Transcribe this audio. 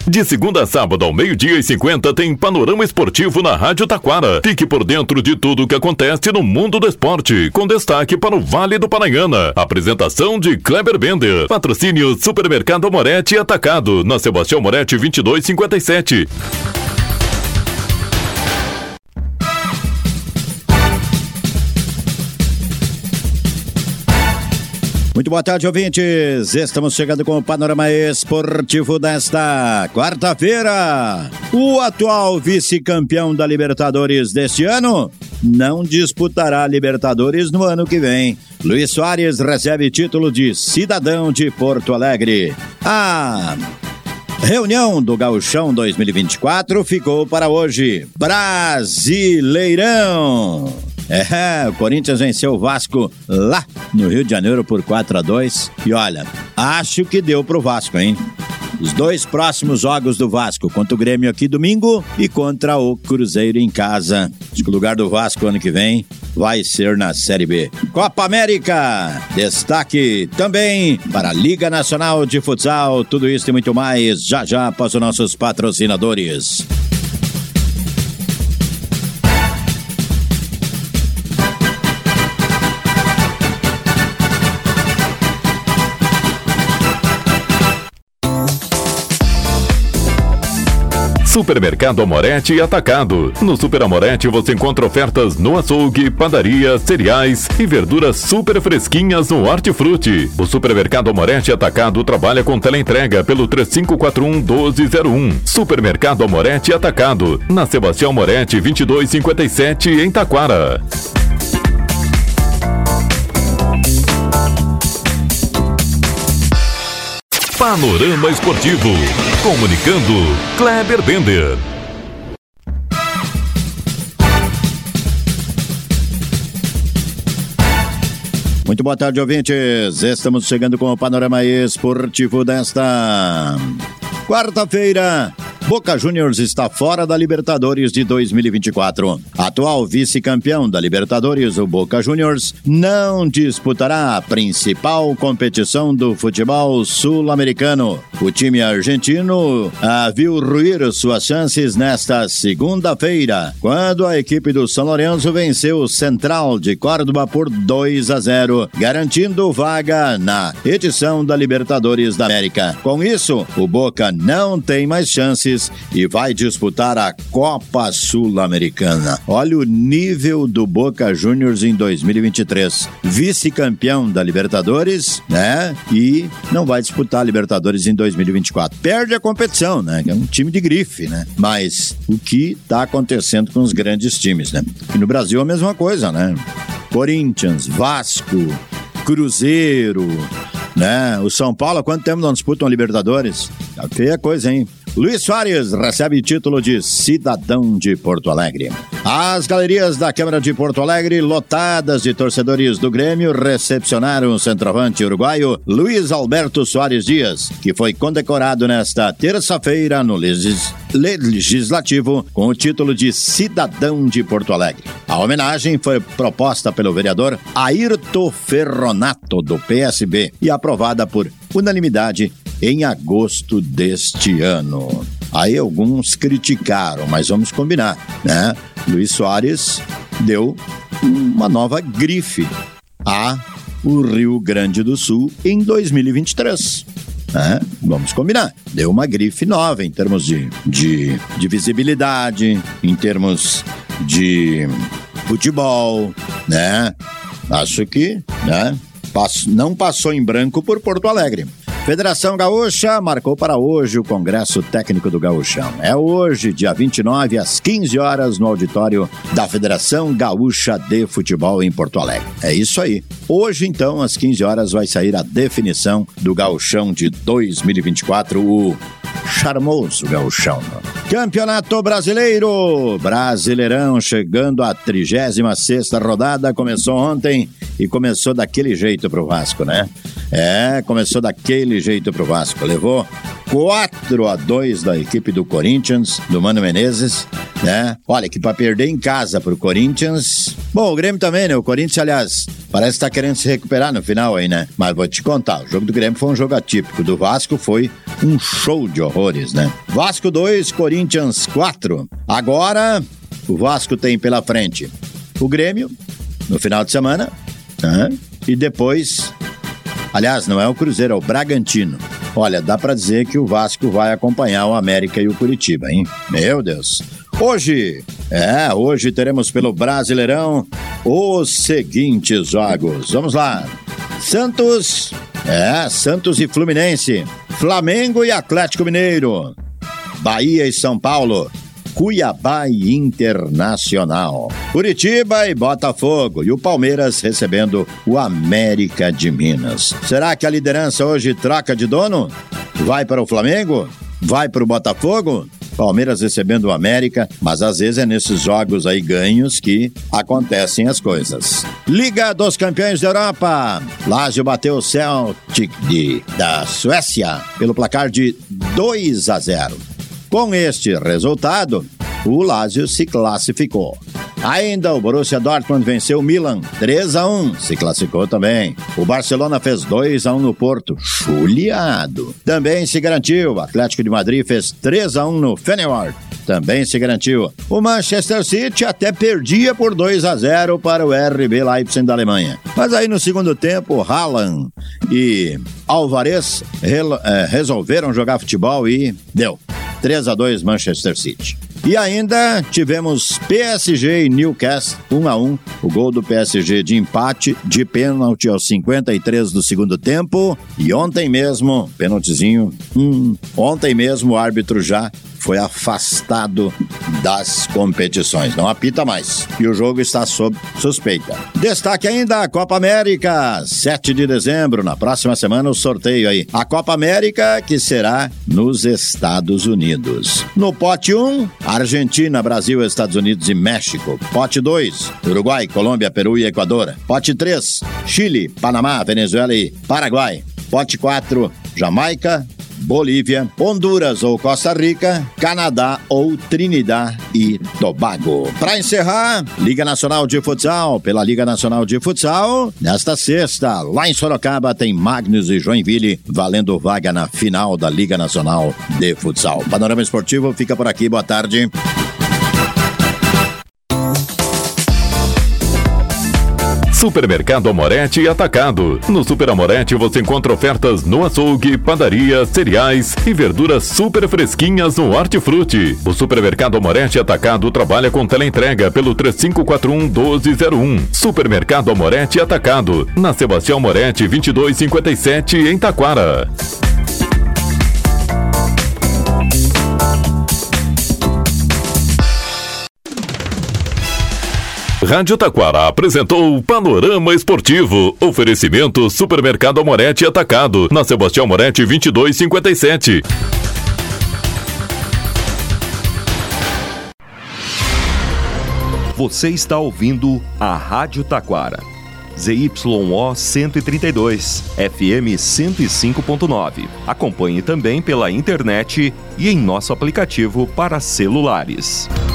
De segunda a sábado ao 12:50 tem Panorama Esportivo na Rádio Taquara. Fique por dentro de tudo o que acontece no mundo do esporte, com destaque para o Vale do Paranhana. Apresentação de Kleber Bender. Patrocínio Supermercado Moretti Atacado, na Sebastião Moretti 2257. Muito boa tarde, ouvintes. Estamos chegando com o Panorama Esportivo desta quarta-feira. O atual vice-campeão da Libertadores deste ano não disputará a Libertadores no ano que vem. Luis Soares recebe título de cidadão de Porto Alegre. A reunião do Gauchão 2024 ficou para hoje. Brasileirão. O Corinthians venceu o Vasco lá no Rio de Janeiro por 4-2. E olha, acho que deu pro Vasco, hein? Os dois próximos jogos do Vasco, contra o Grêmio aqui domingo e contra o Cruzeiro em casa. Acho que o lugar do Vasco ano que vem vai ser na Série B. Copa América, destaque também para a Liga Nacional de Futsal. Tudo isso e muito mais já após os nossos patrocinadores. Supermercado Amoretti Atacado. No Super Amoretti você encontra ofertas no açougue, padaria, cereais e verduras super fresquinhas no Hortifruti. O Supermercado Amoretti Atacado trabalha com teleentrega pelo 3541-1201. Supermercado Amoretti Atacado, na Sebastião Moretti 2257 em Taquara. Panorama Esportivo. Comunicando, Kleber Bender. Muito boa tarde, ouvintes. Estamos chegando com o Panorama Esportivo desta quarta-feira. Boca Juniors está fora da Libertadores de 2024. Atual vice-campeão da Libertadores, o Boca Juniors, não disputará a principal competição do futebol sul-americano. O time argentino viu ruir suas chances nesta segunda-feira, quando a equipe do São Lourenço venceu o Central de Córdoba por 2-0, garantindo vaga na edição da Libertadores da América. Com isso, o Boca não tem mais chances e vai disputar a Copa Sul-Americana. Olha o nível do Boca Juniors em 2023. Vice-campeão da Libertadores, né? E não vai disputar a Libertadores em 2024. Perde a competição, né? É um time de grife, né? Mas o que está acontecendo com os grandes times, né? E no Brasil a mesma coisa, né? Corinthians, Vasco, Cruzeiro, né? O São Paulo, há quanto tempo não disputam a Libertadores? Tá feia coisa, hein? Luis Soares recebe título de cidadão de Porto Alegre. As galerias da Câmara de Porto Alegre, lotadas de torcedores do Grêmio, recepcionaram o centroavante uruguaio Luiz Alberto Soares Dias, que foi condecorado nesta terça-feira no Legislativo com o título de cidadão de Porto Alegre. A homenagem foi proposta pelo vereador Ayrton Ferronato, do PSB, e aprovada por unanimidade em agosto deste ano. Aí alguns criticaram, mas vamos combinar, né? Luiz Soares deu uma nova grife ao Rio Grande do Sul em 2023. Vamos combinar. Deu uma grife nova em termos de visibilidade, em termos de futebol, né? Acho que, né? Não passou em branco por Porto Alegre. Federação Gaúcha marcou para hoje o Congresso Técnico do Gaúchão. É hoje, dia 29, às 15 horas, no auditório da Federação Gaúcha de Futebol em Porto Alegre. É isso aí. Hoje, então, às 15 horas, vai sair a definição do Gaúchão de 2024, o charmoso Gaúchão. Campeonato Brasileiro, Brasileirão, chegando à 36ª rodada, começou ontem e começou daquele jeito pro Vasco, né? Começou daquele jeito pro Vasco. Levou 4-2 da equipe do Corinthians, do Mano Menezes, né? Olha, que pra perder em casa pro Corinthians... Bom, o Grêmio também, né? O Corinthians, aliás, parece que tá querendo se recuperar no final aí, né? Mas vou te contar, o jogo do Grêmio foi um jogo atípico. Do Vasco foi um show de horrores, né? Vasco 2, Corinthians 4. Agora, o Vasco tem pela frente o Grêmio, no final de semana, né? E depois... Aliás, não é o Cruzeiro, é o Bragantino. Olha, dá pra dizer que o Vasco vai acompanhar o América e o Curitiba, hein? Meu Deus. Hoje teremos pelo Brasileirão os seguintes jogos. Vamos lá. Santos e Fluminense. Flamengo e Atlético Mineiro. Bahia e São Paulo. Cuiabá e Internacional. Curitiba e Botafogo. E o Palmeiras recebendo o América de Minas. Será que a liderança hoje troca de dono? Vai para o Flamengo? Vai para o Botafogo? Palmeiras recebendo o América, mas às vezes é nesses jogos aí ganhos que acontecem as coisas. Liga dos Campeões da Europa. Lazio bateu o Celtic da Suécia pelo placar de 2-0. Com este resultado, o Lazio se classificou. Ainda o Borussia Dortmund venceu o Milan 3-1, se classificou também. O Barcelona fez 2-1 no Porto, chuleado. Também se garantiu. O Atlético de Madrid fez 3-1 no Feyenoord, também se garantiu. O Manchester City até perdia por 2-0 para o RB Leipzig da Alemanha. Mas aí no segundo tempo, Haaland e Alvarez resolveram jogar futebol e deu 3-2 Manchester City. E ainda tivemos PSG e Newcastle 1-1. O gol do PSG de empate, de pênalti aos 53 do segundo tempo. E ontem mesmo, pênaltizinho, ontem mesmo o árbitro já foi afastado das competições. Não apita mais. E o jogo está sob suspeita. Destaque ainda a Copa América, 7 de dezembro, na próxima semana o sorteio aí. A Copa América que será nos Estados Unidos. No pote 1, Argentina, Brasil, Estados Unidos e México. Pote 2, Uruguai, Colômbia, Peru e Equador. Pote 3, Chile, Panamá, Venezuela e Paraguai. Pote 4, Jamaica, Bolívia, Honduras ou Costa Rica, Canadá ou Trinidad e Tobago. Para encerrar, Liga Nacional de Futsal. Pela Liga Nacional de Futsal, nesta sexta, lá em Sorocaba, tem Magnus e Joinville valendo vaga na final da Liga Nacional de Futsal. Panorama Esportivo fica por aqui. Boa tarde. Supermercado Amoretti e Atacado. No Super Amoretti você encontra ofertas no açougue, padaria, cereais e verduras super fresquinhas no Hortifruti. O Supermercado Amoretti e Atacado trabalha com teleentrega pelo 3541-1201. Supermercado Amoretti e Atacado, na Sebastião Moretti 2257 em Taquara. Rádio Taquara apresentou o Panorama Esportivo. Oferecimento Supermercado Amoretti Atacado, na Sebastião Moretti 2257. Você está ouvindo a Rádio Taquara. ZYO 132, FM 105.9. Acompanhe também pela internet e em nosso aplicativo para celulares.